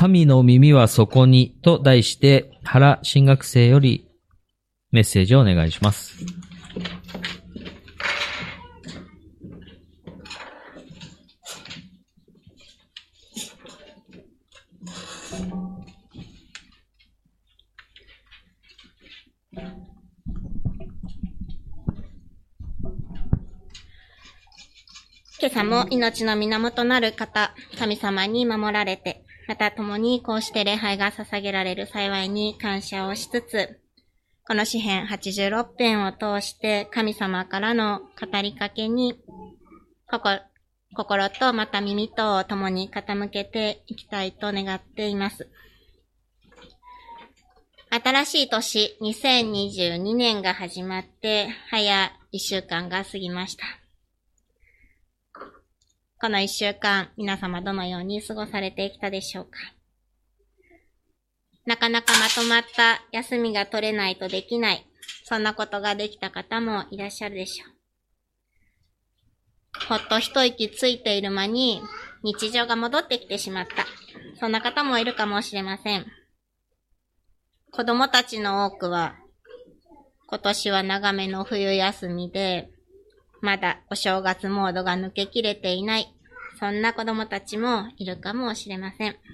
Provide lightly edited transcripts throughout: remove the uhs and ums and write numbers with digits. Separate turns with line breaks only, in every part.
神の耳はそこにと題して、原新学生よりメッセージをお願いします。
今朝も命の源なる方、神様に守られて、また共にこうして礼拝が捧げられる幸いに感謝をしつつ、この詩編86編を通して神様からの語りかけに心とまた耳とを共に傾けていきたいと願っています。新しい年2022年が始まって早1週間が過ぎました。この1週間、皆様どのように過ごされてきたでしょうか。なかなかまとまった休みが取れないとできない、そんなことができた方もいらっしゃるでしょう。ほっと一息ついている間に日常が戻ってきてしまった、そんな方もいるかもしれません。子供たちの多くは、今年は長めの冬休みで、まだお正月モードが抜けきれていない、そんな子供たちもいるかもしれません。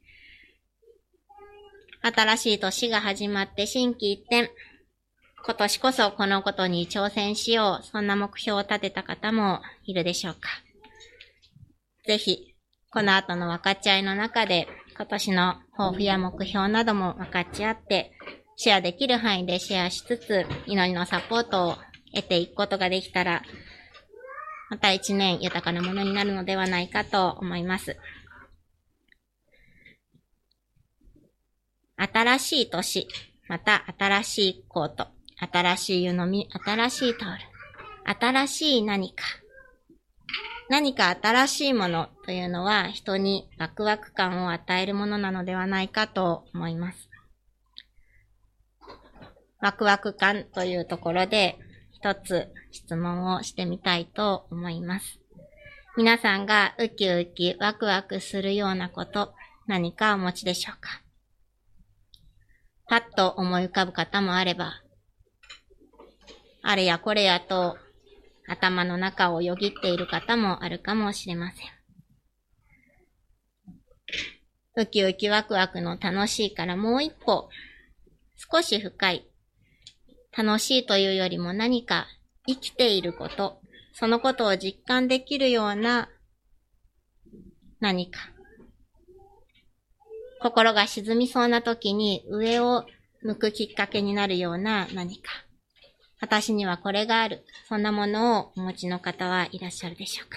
新しい年が始まって心機一転、今年こそこのことに挑戦しよう、そんな目標を立てた方もいるでしょうか。ぜひ、この後の分かち合いの中で、今年の抱負や目標なども分かち合って、シェアできる範囲でシェアしつつ、祈りのサポートを得ていくことができたら、また一年豊かなものになるのではないかと思います。新しい年、また新しいコート、新しい湯飲み、新しいタオル、新しい何か新しいものというのは人にワクワク感を与えるものなのではないかと思います。ワクワク感というところで一つ質問をしてみたいと思います。皆さんがウキウキワクワクするようなこと、何かお持ちでしょうか。パッと思い浮かぶ方もあれば、あれやこれやと頭の中をよぎっている方もあるかもしれません。ウキウキワクワクの楽しいからもう一歩、少し深い、楽しいというよりも何か生きていること、そのことを実感できるような何か。心が沈みそうな時に上を向くきっかけになるような何か。私にはこれがある。そんなものをお持ちの方はいらっしゃるでしょうか。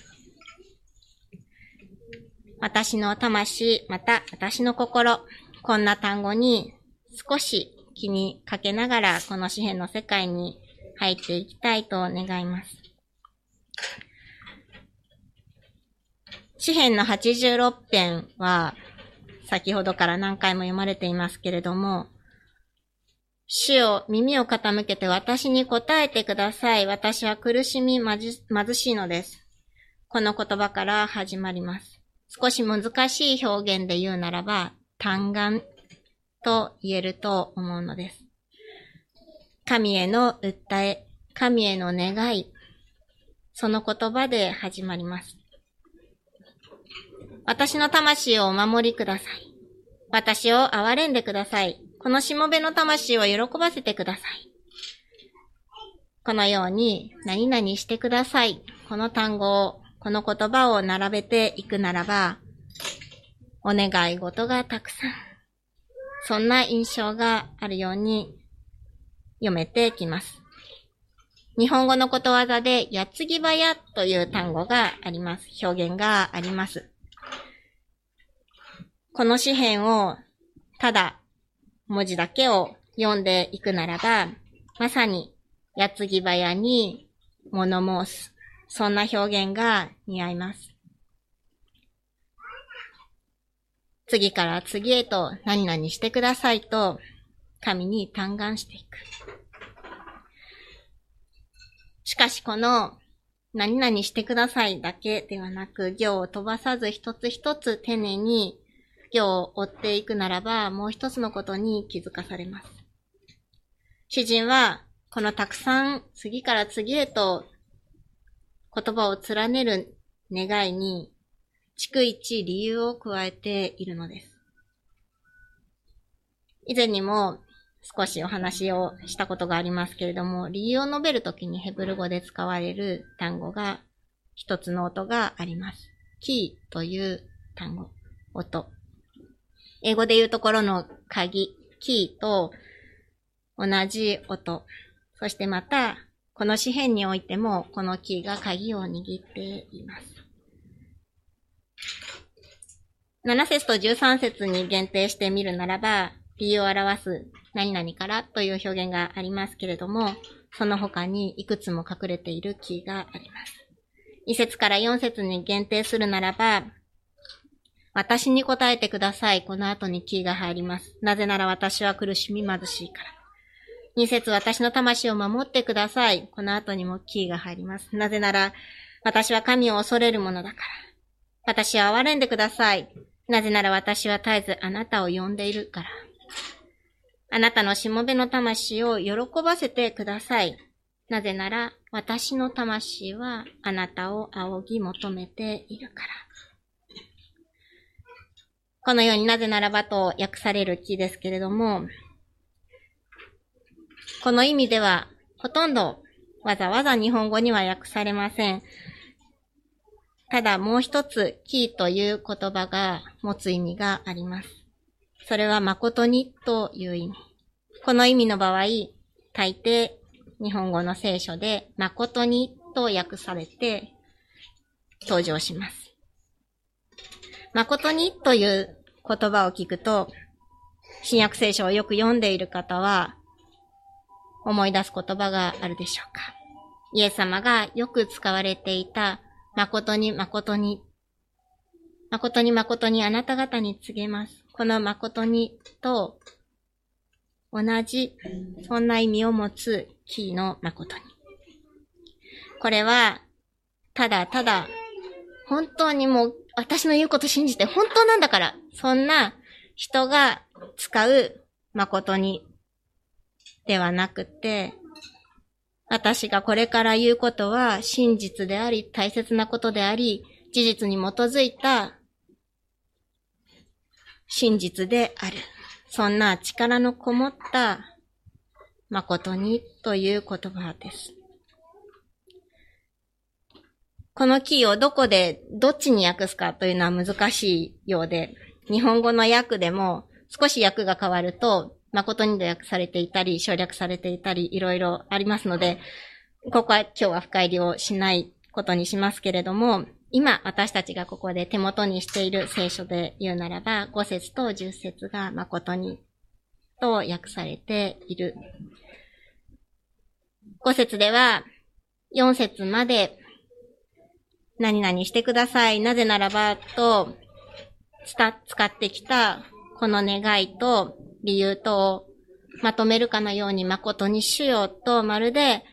私の魂、また私の心、こんな単語に少し気にかけながらこの詩編の世界に入っていきたいと願います。詩編の86編は先ほどから何回も読まれていますけれども、主よ、耳を傾けて私に答えてください。私は苦しみ貧しいのです。この言葉から始まります。少し難しい表現で言うならば、嘆願と言えると思うのです。神への訴え、神への願い、その言葉で始まります。私の魂をお守りください。私を憐れんでください。このしもべの魂を喜ばせてください。このように何々してください。この単語を、この言葉を並べていくならば、お願い事がたくさん。そんな印象があるように読めてきます。日本語のことわざで、矢継ぎ早という単語があります。表現があります。この詩編をただ文字だけを読んでいくならば、まさに矢継ぎ早に物申す。そんな表現が似合います。次から次へと何々してくださいと神に嘆願していく。しかしこの何々してくださいだけではなく、行を飛ばさず一つ一つ丁寧に挙を追っていくならば、もう一つのことに気づかされます。詩人は、このたくさん次から次へと言葉を連ねる願いに、逐一理由を加えているのです。以前にも少しお話をしたことがありますけれども、理由を述べるときにヘブル語で使われる単語が、一つの音があります。キーという単語、音。英語で言うところの鍵、キーと同じ音。そしてまた、この詩編においても、このキーが鍵を握っています。7節と13節に限定してみるならば、理由を表す何々からという表現がありますけれども、その他にいくつも隠れているキーがあります。1節から4節に限定するならば、私に答えてください。この後にキーが入ります。なぜなら私は苦しみ貧しいから。2節私の魂を守ってください。この後にもキーが入ります。なぜなら私は神を恐れるものだから。私を憐れんでください。なぜなら私は絶えずあなたを呼んでいるから。あなたのしもべの魂を喜ばせてください。なぜなら私の魂はあなたを仰ぎ求めているから。このようになぜならばと訳されるキーですけれども、この意味ではほとんどわざわざ日本語には訳されません。ただもう一つキーという言葉が持つ意味があります。それは誠にという意味。この意味の場合、大抵日本語の聖書で誠にと訳されて登場します。誠にという言葉を聞くと、新約聖書をよく読んでいる方は思い出す言葉があるでしょうか。イエス様がよく使われていた誠に誠に、誠に誠にあなた方に告げます。この誠にと同じ、そんな意味を持つキーの誠に。これは、ただただ、本当にもう私の言うこと信じて本当なんだから、そんな人が使う誠にではなくて、私がこれから言うことは真実であり、大切なことであり、事実に基づいた真実である。そんな力のこもった誠にという言葉です。このキーをどこでどっちに訳すかというのは難しいようで、日本語の訳でも少し訳が変わると誠にと訳されていたり省略されていたりいろいろありますので、ここは今日は深入りをしないことにしますけれども、今私たちがここで手元にしている聖書で言うならば、5節と10節が誠にと訳されている。5節では4節まで何々してください。なぜならばと使ってきたこの願いと理由とをまとめるかのように誠に主よとまるで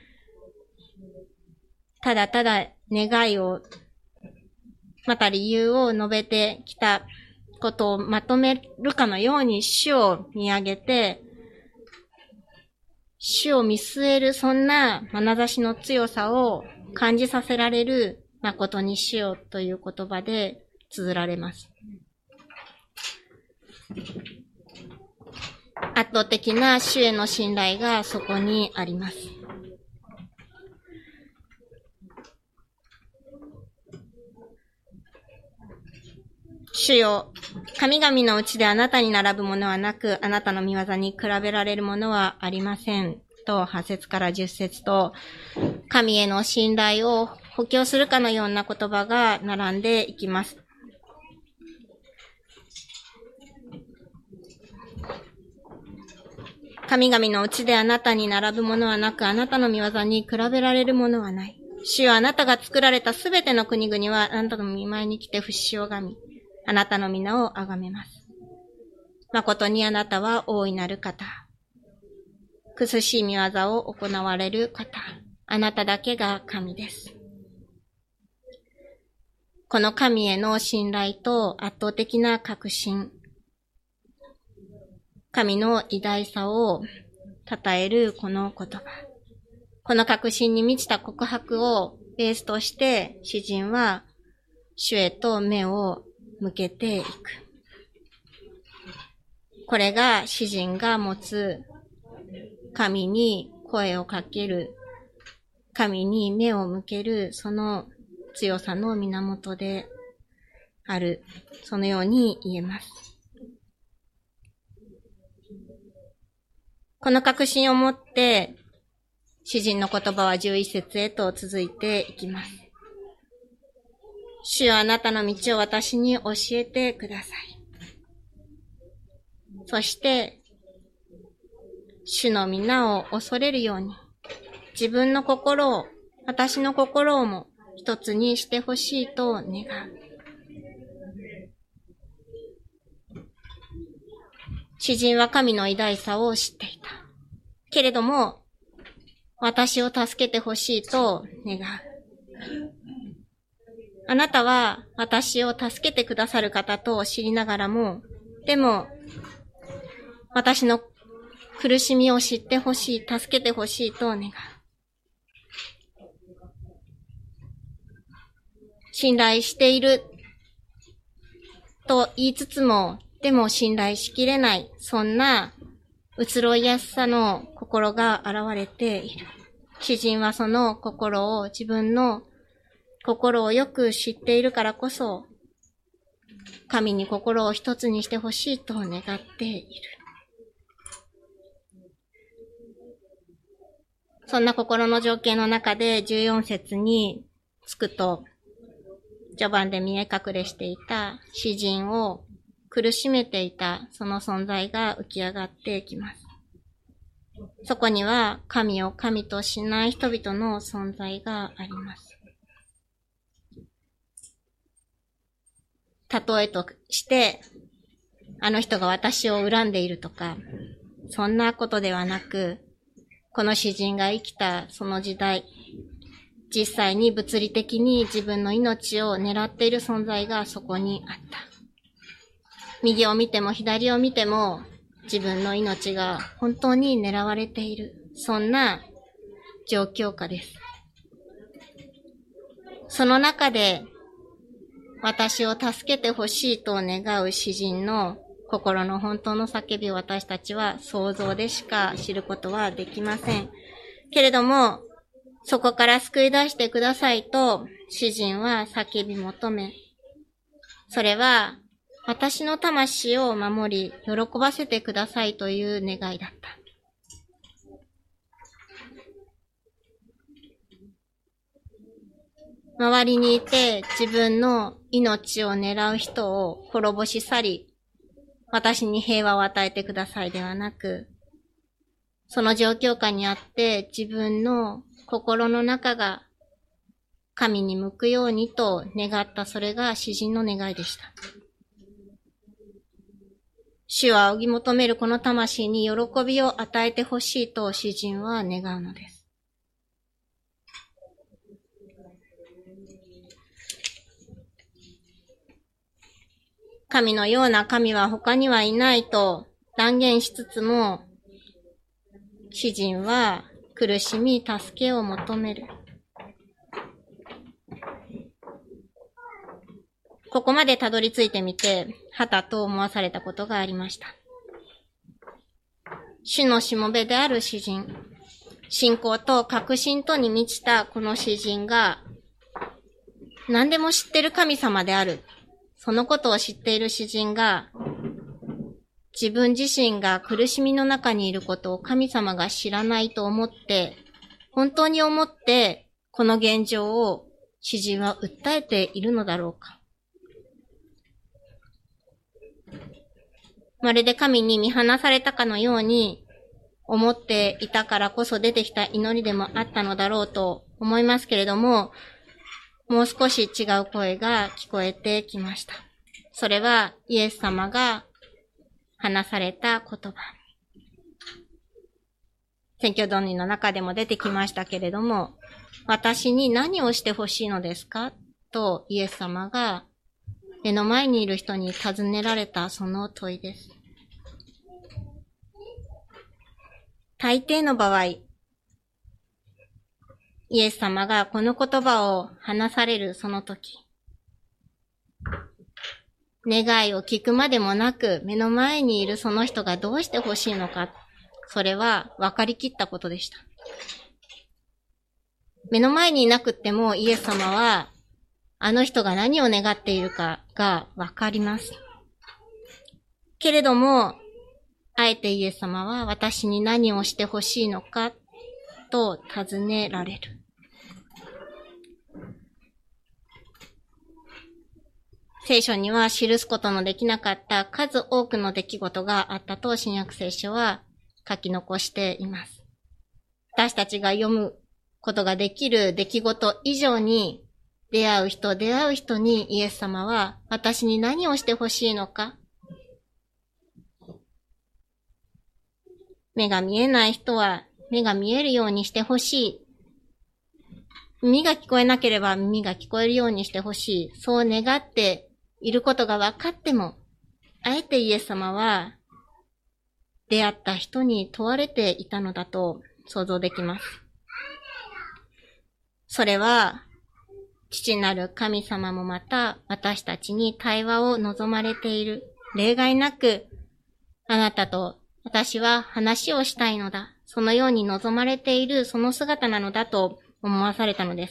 ただただ願いをまた理由を述べてきたことをまとめるかのように主を見上げて、主を見据えるそんな眼差しの強さを感じさせられる誠に主よという言葉で綴られます。圧倒的な主への信頼がそこにあります。主よ、神々のうちであなたに並ぶものはなく、あなたの御業に比べられるものはありません。と、8節から10節と、神への信頼を補強するかのような言葉が並んでいきます。神々のうちであなたに並ぶものはなく、あなたの御業に比べられるものはない。主よ、あなたが作られたすべての国々はあなたの御前に来て不死を拝み、あなたの皆を崇めます。誠にあなたは大いなる方。苦しい御業を行われる方。あなただけが神です。この神への信頼と圧倒的な確信。 神の偉大さを称えるこの言葉。この確信に満ちた告白をベースとして、詩人は主へと目を向けていく。これが詩人が持つ神に声をかける、神に目を向けるその強さの源である。そのように言えます。この確信を持って、詩人の言葉は11節へと続いていきます。主よ、あなたの道を私に教えてください。そして、主の皆を恐れるように、自分の心を、私の心をも一つにしてほしいと願う。詩人は神の偉大さを知っていた。けれども、私を助けてほしいと願う。あなたは私を助けてくださる方と知りながらも、でも、私の苦しみを知ってほしい、助けてほしいと願う。信頼していると言いつつも、でも信頼しきれない、そんな移ろいやすさの心が現れている。詩人はその心を、自分の心をよく知っているからこそ、神に心を一つにしてほしいと願っている。そんな心の情景の中で14節に着くと、序盤で見え隠れしていた詩人を苦しめていたその存在が浮き上がってきます。そこには神を神としない人々の存在があります。例えとして、あの人が私を恨んでいるとか、そんなことではなく、この詩人が生きたその時代、実際に物理的に自分の命を狙っている存在がそこにあった。右を見ても左を見ても自分の命が本当に狙われている。そんな状況下です。その中で私を助けてほしいと願う詩人の心の本当の叫びを私たちは想像でしか知ることはできません。けれども、そこから救い出してくださいと詩人は叫び求め、それは私の魂を守り、喜ばせてくださいという願いだった。周りにいて自分の命を狙う人を滅ぼし去り、私に平和を与えてくださいではなく、その状況下にあって自分の心の中が神に向くようにと願った、それが詩人の願いでした。主は仰ぎ求めるこの魂に喜びを与えてほしいと詩人は願うのです。神のような神は他にはいないと断言しつつも、詩人は苦しみ助けを求める。ここまでたどり着いてみて、はたと思わされたことがありました。主のしもべである詩人、信仰と確信とに満ちたこの詩人が、何でも知ってる神様である。そのことを知っている詩人が、自分自身が苦しみの中にいることを神様が知らないと思って、本当に思って、この現状を詩人は訴えているのだろうか。まるで神に見放されたかのように思っていたからこそ出てきた祈りでもあったのだろうと思いますけれども、もう少し違う声が聞こえてきました。それはイエス様が話された言葉。宣教論理の中でも出てきましたけれども、私に何をしてほしいのですかとイエス様が目の前にいる人に尋ねられたその問いです。 大抵の場合、イエス様がこの言葉を話されるその時、願いを聞くまでもなく目の前にいるその人がどうして欲しいのか、それは分かりきったことでした。目の前にいなくってもイエス様はあの人が何を願っているかが分かります。けれども、あえてイエス様は私に何をして欲しいのかと尋ねられる。聖書には記すことのできなかった数多くの出来事があったと新約聖書は書き残しています。私たちが読むことができる出来事以上に出会う人にイエス様は私に何をして欲しいのか、目が見えない人は目が見えるようにしてほしい。耳が聞こえなければ耳が聞こえるようにしてほしい。そう願っていることが分かっても、あえてイエス様は出会った人に問われていたのだと想像できます。それは、父なる神様もまた私たちに対話を望まれている。例外なく、あなたと私は話をしたいのだ。そのように望まれているその姿なのだと思わされたのです。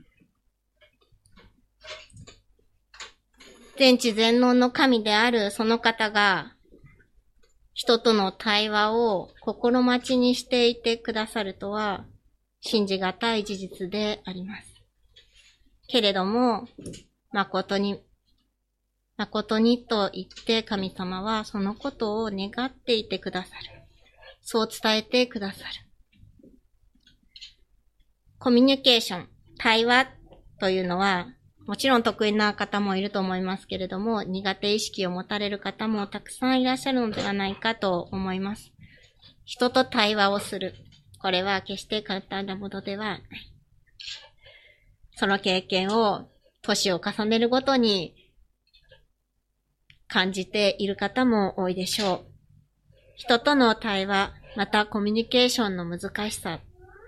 全知全能の神であるその方が、人との対話を心待ちにしていてくださるとは、信じがたい事実であります。けれども、誠にと言って神様はそのことを願っていてくださる。そう伝えてくださる。コミュニケーション、対話というのは、もちろん得意な方もいると思いますけれども、苦手意識を持たれる方もたくさんいらっしゃるのではないかと思います。人と対話をする。これは決して簡単なものではない。その経験を年を重ねるごとに感じている方も多いでしょう。人との対話、またコミュニケーションの難しさ。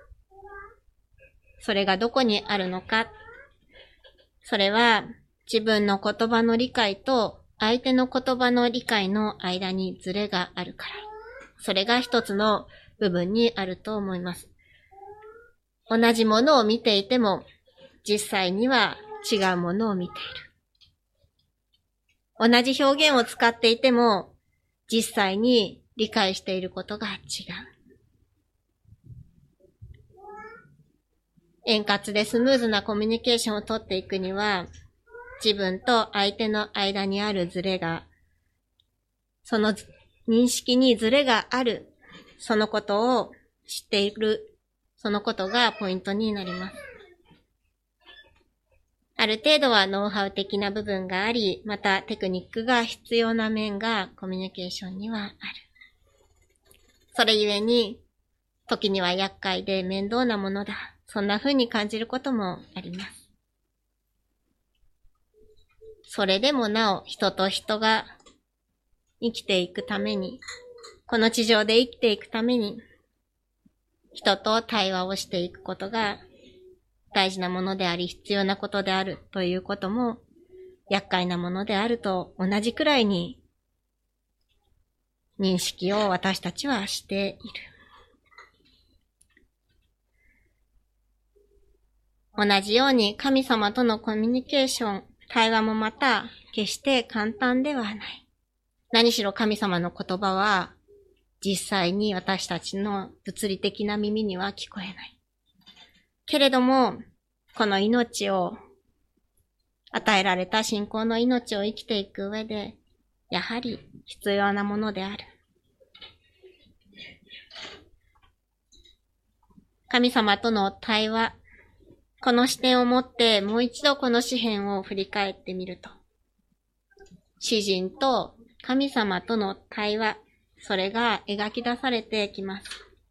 それがどこにあるのか。それは自分の言葉の理解と相手の言葉の理解の間にズレがあるから。それが一つの部分にあると思います。同じものを見ていても、実際には違うものを見ている。同じ表現を使っていても、実際に理解していることが違う。円滑でスムーズなコミュニケーションをとっていくには、自分と相手の間にあるズレが、その認識にズレがある、そのことを知っている、そのことがポイントになります。ある程度はノウハウ的な部分があり、またテクニックが必要な面がコミュニケーションにはある。それゆえに、時には厄介で面倒なものだ。そんな風に感じることもあります。それでもなお、人と人が生きていくために、この地上で生きていくために、人と対話をしていくことが大事なものであり、必要なことであるということも、厄介なものであると同じくらいに認識を私たちはしている。同じように神様とのコミュニケーション、対話もまた決して簡単ではない。何しろ神様の言葉は実際に私たちの物理的な耳には聞こえない。けれども、この命を、与えられた信仰の命を生きていく上で、やはり必要なものである。神様との対話、この視点を持ってもう一度この詩篇を振り返ってみると、詩人と神様との対話、それが描き出されてきます。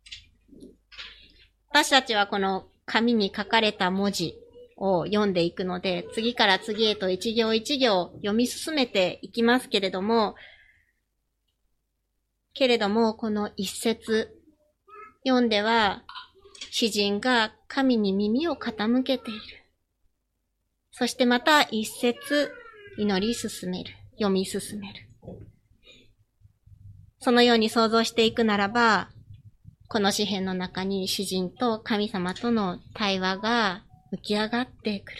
私たちはこの紙に書かれた文字を読んでいくので、次から次へと一行一行読み進めていきますけれども、この一節、 4では、詩人が神に耳を傾けている。そしてまた一節祈り進める。読み進める。そのように想像していくならば、この詩篇の中に詩人と神様との対話が浮き上がってくる。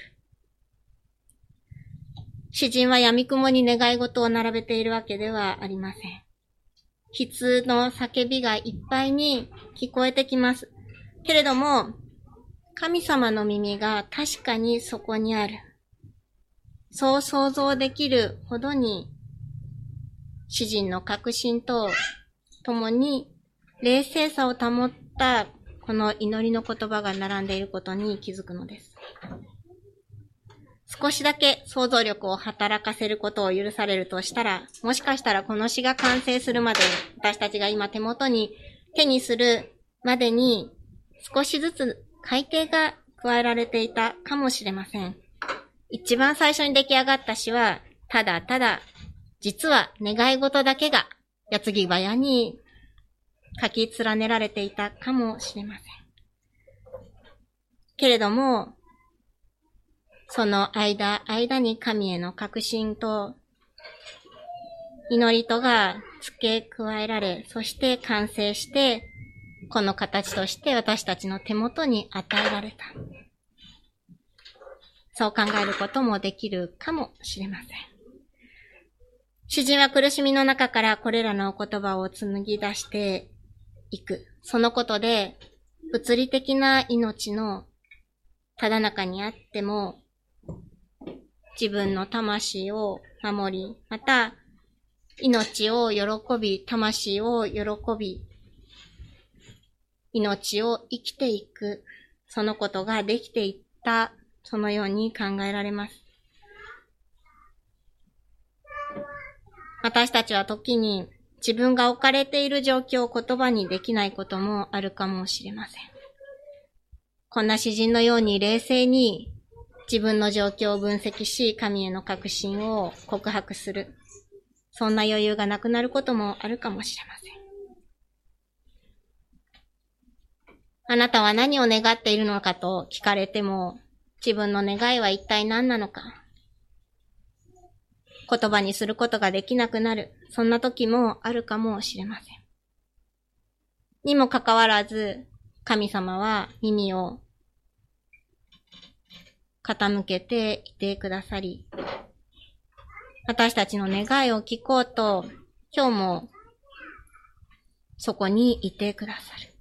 詩人は闇雲に願い事を並べているわけではありません。悲痛の叫びがいっぱいに聞こえてきます。けれども、神様の耳が確かにそこにある。そう想像できるほどに、詩人の確信と共に冷静さを保ったこの祈りの言葉が並んでいることに気づくのです。少しだけ想像力を働かせることを許されるとしたら、もしかしたらこの詩が完成するまで、私たちが今手元に手にするまでに少しずつ改訂が加えられていたかもしれません。一番最初に出来上がった詩は、ただただ、実は願い事だけが矢継ぎ早に書き連ねられていたかもしれません。けれども、その間に神への確信と祈りとが付け加えられ、そして完成して、この形として私たちの手元に与えられた。そう考えることもできるかもしれません。詩人は苦しみの中からこれらの言葉を紡ぎ出していく。そのことで、物理的な命のただ中にあっても、自分の魂を守り、また、命を喜び、魂を喜び、命を生きていく、そのことができていった、そのように考えられます。私たちは時に自分が置かれている状況を言葉にできないこともあるかもしれません。こんな詩人のように冷静に自分の状況を分析し、神への確信を告白する。そんな余裕がなくなることもあるかもしれません。あなたは何を願っているのかと聞かれても、自分の願いは一体何なのか、言葉にすることができなくなる。そんな時もあるかもしれません。にもかかわらず、神様は耳を傾けていてくださり、私たちの願いを聞こうと、今日もそこにいてくださる。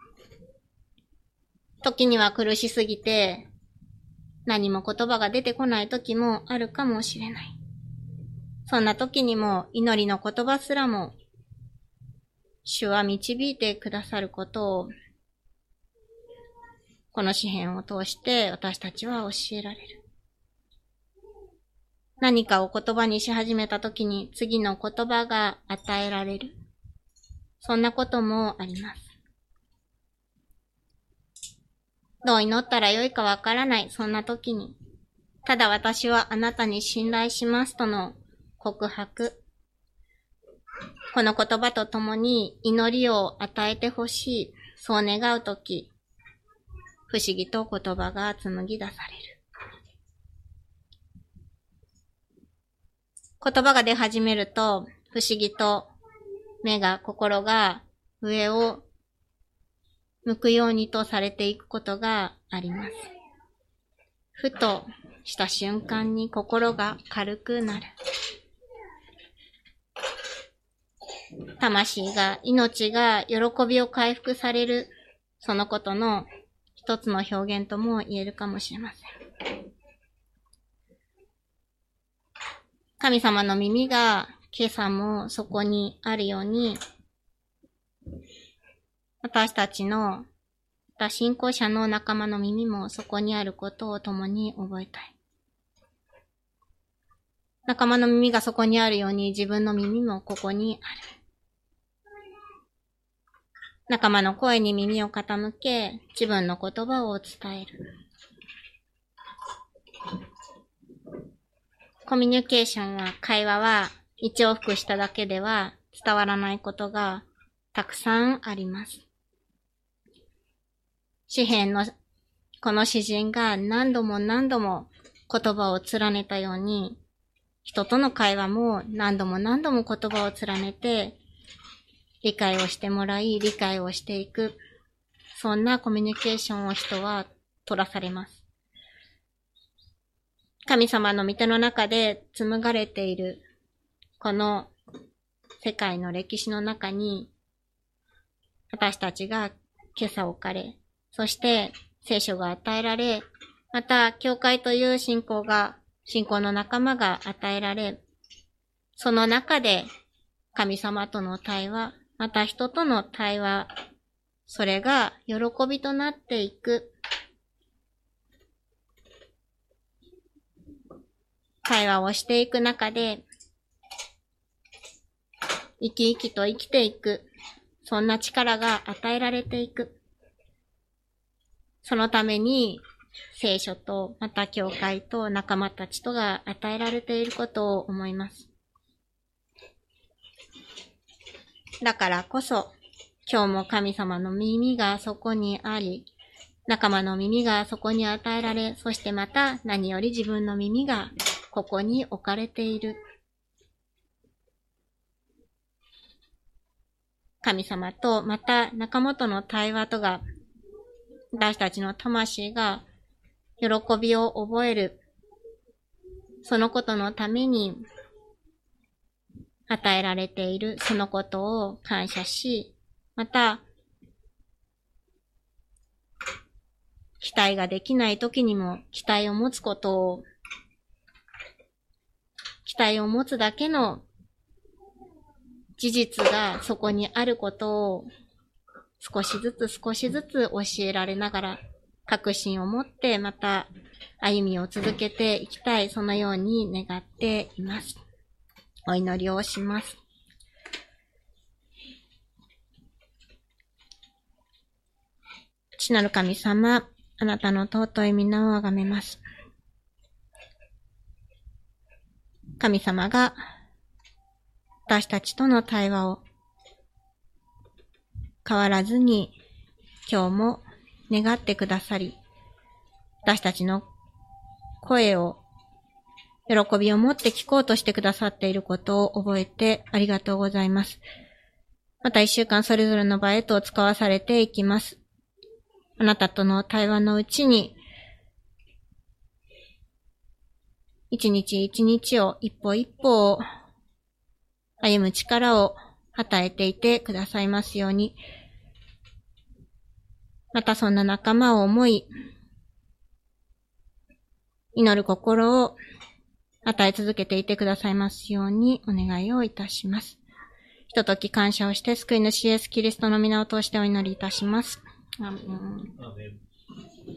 時には苦しすぎて、何も言葉が出てこない時もあるかもしれない。そんな時にも祈りの言葉すらも、主は導いてくださることを、この詩篇を通して私たちは教えられる。何かを言葉にし始めた時に次の言葉が与えられる。そんなこともあります。どう祈ったらよいかわからない。そんな時に、ただ私はあなたに信頼しますとの告白。この言葉とともに祈りを与えてほしい。そう願うとき、不思議と言葉が紡ぎ出される。言葉が出始めると、不思議と心が上を向くようにとされていくことがあります。ふとした瞬間に心が軽くなる。魂が、命が喜びを回復される、そのことの一つの表現とも言えるかもしれません。神様の耳が今朝もそこにあるように、私たちの信仰者の仲間の耳もそこにあることを共に覚えたい。仲間の耳がそこにあるように自分の耳もここにある。仲間の声に耳を傾け、自分の言葉を伝える。コミュニケーションは、会話は一往復しただけでは伝わらないことがたくさんあります。 詩篇のこの詩人が何度も何度も言葉を連ねたように、人との会話も何度も何度も言葉を連ねて、理解をしてもらい、理解をしていく。そんなコミュニケーションを人は取らされます。神様の御手の中で紡がれている、この世界の歴史の中に、私たちが今朝置かれ、そして聖書が与えられ、また教会という信仰の仲間が与えられ、その中で神様との対話、また人との対話、それが喜びとなっていく。会話をしていく中で、生き生きと生きていく。そんな力が与えられていく。そのために、聖書と、また教会と仲間たちとが与えられていることを思います。だからこそ、今日も神様の耳がそこにあり、仲間の耳がそこに与えられ、そしてまた何より自分の耳がここに置かれている。神様とまた仲間との対話とが、私たちの魂が喜びを覚える。そのことのために与えられているそのことを感謝し、また期待ができない時にも期待を持つことを、期待を持つだけの事実がそこにあることを少しずつ教えられながら、確信を持ってまた歩みを続けていきたい、そのように願っています。お祈りをします。父なる神様、あなたの尊い皆をあがめます。神様が私たちとの対話を変わらずに今日も願ってくださり、私たちの声を喜びを持って聞こうとしてくださっていることを覚えてありがとうございます。また一週間それぞれの場へと使わされていきます。あなたとの対話のうちに、一日一日を一歩一歩を歩む力を与えていてくださいますように、またそんな仲間を思い、祈る心を与え続けていてくださいますようにお願いをいたします。ひととき感謝をして救い主イエスキリストの皆を通してお祈りいたします。アーメン。